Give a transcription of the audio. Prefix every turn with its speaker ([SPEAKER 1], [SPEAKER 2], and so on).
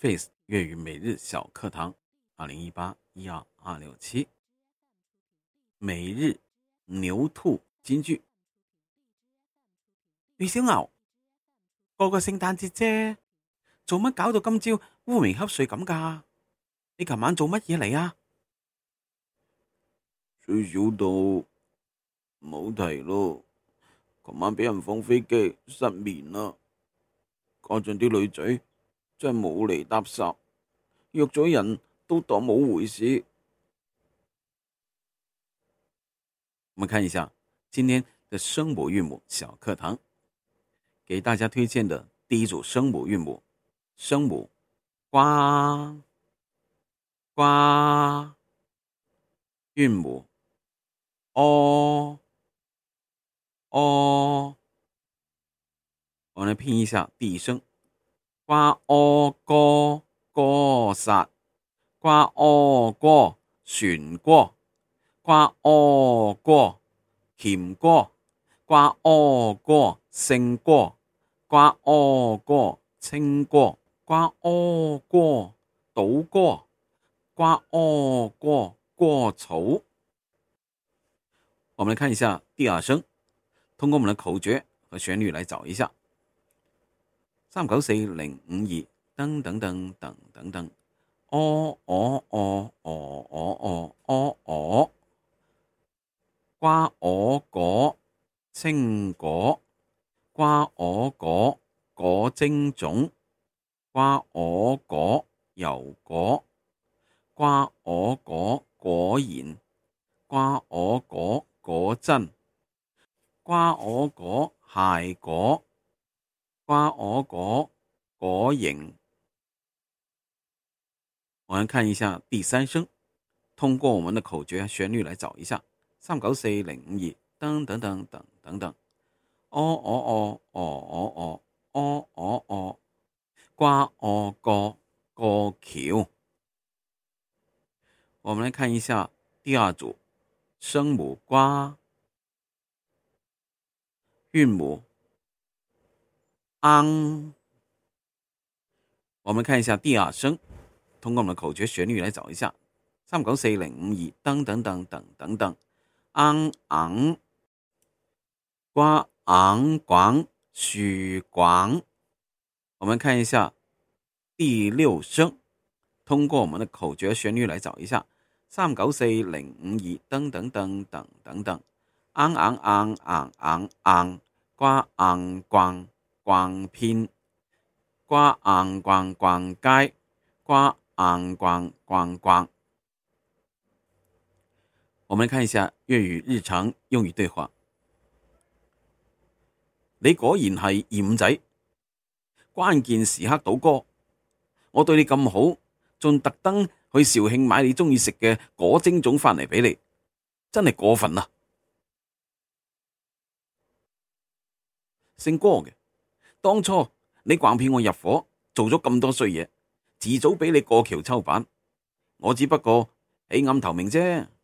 [SPEAKER 1] Face 粤语每日小课堂2018-12267每日牛兔金句。李小牛，過個聖誕節啫，做乜搞到今朝烏眉瞌睡咁㗎？你琴晚做乜嘢嚟啊？
[SPEAKER 2] 衰小到唔好提咯，琴晚俾人放飛機失眠啦，加上啲女仔真係冇嚟搭霎，約咗人都當冇回事。
[SPEAKER 1] 我們看一下今天的聲母韻母小課堂，給大家推薦的第一組聲母韻母，聲母呱呱，韻母哦。我們來拼一下第一聲，呱哦歌歌殺，呱哦歌旋歌，呱哦歌甜歌，呱哦歌勝歌，呱哦歌清歌，呱哦歌倒歌，呱哦歌歌草。我們來看一下第二聲，通過我們的口訣和旋律來找一下。394052噔噔噔噔噔噔，哦哦哦哦哦哦哦，瓜我果青果，瓜我果果精種，瓜我果油果，瓜我果果然，瓜我果果真，瓜我果蟹果，瓜我果果蠅。我們看一下第三聲，通過我們的口訣旋律來找一下。394052噔噔噔噔噔噔，哦哦哦哦哦哦哦哦哦，瓜哦個過橋。我們來看一下第二組聲母呱，韻母昂。我們看一下第二聲，通過我們的口訣旋律來找一下。394052噔噔噔噔噔噔，昂昂，呱昂廣樹廣。我們看一下第六聲，通過我們的口訣旋律來找一下。394052噔噔噔噔噔噔，昂昂昂昂昂昂，呱昂廣廣片，呱昂廣廣街，呱昂廣廣廣。我們看一下粵語日常用語對話。你果然係二五仔，關鍵時刻倒戈。我對你咁好，仲特登去肇慶買你中意食嘅果精種返嚟俾你，真係過分啦！姓郭嘅，當初你橫騙我入伙，做咗咁多衰嘢，遲早俾你過橋抽板，我只不過棄暗投明啫。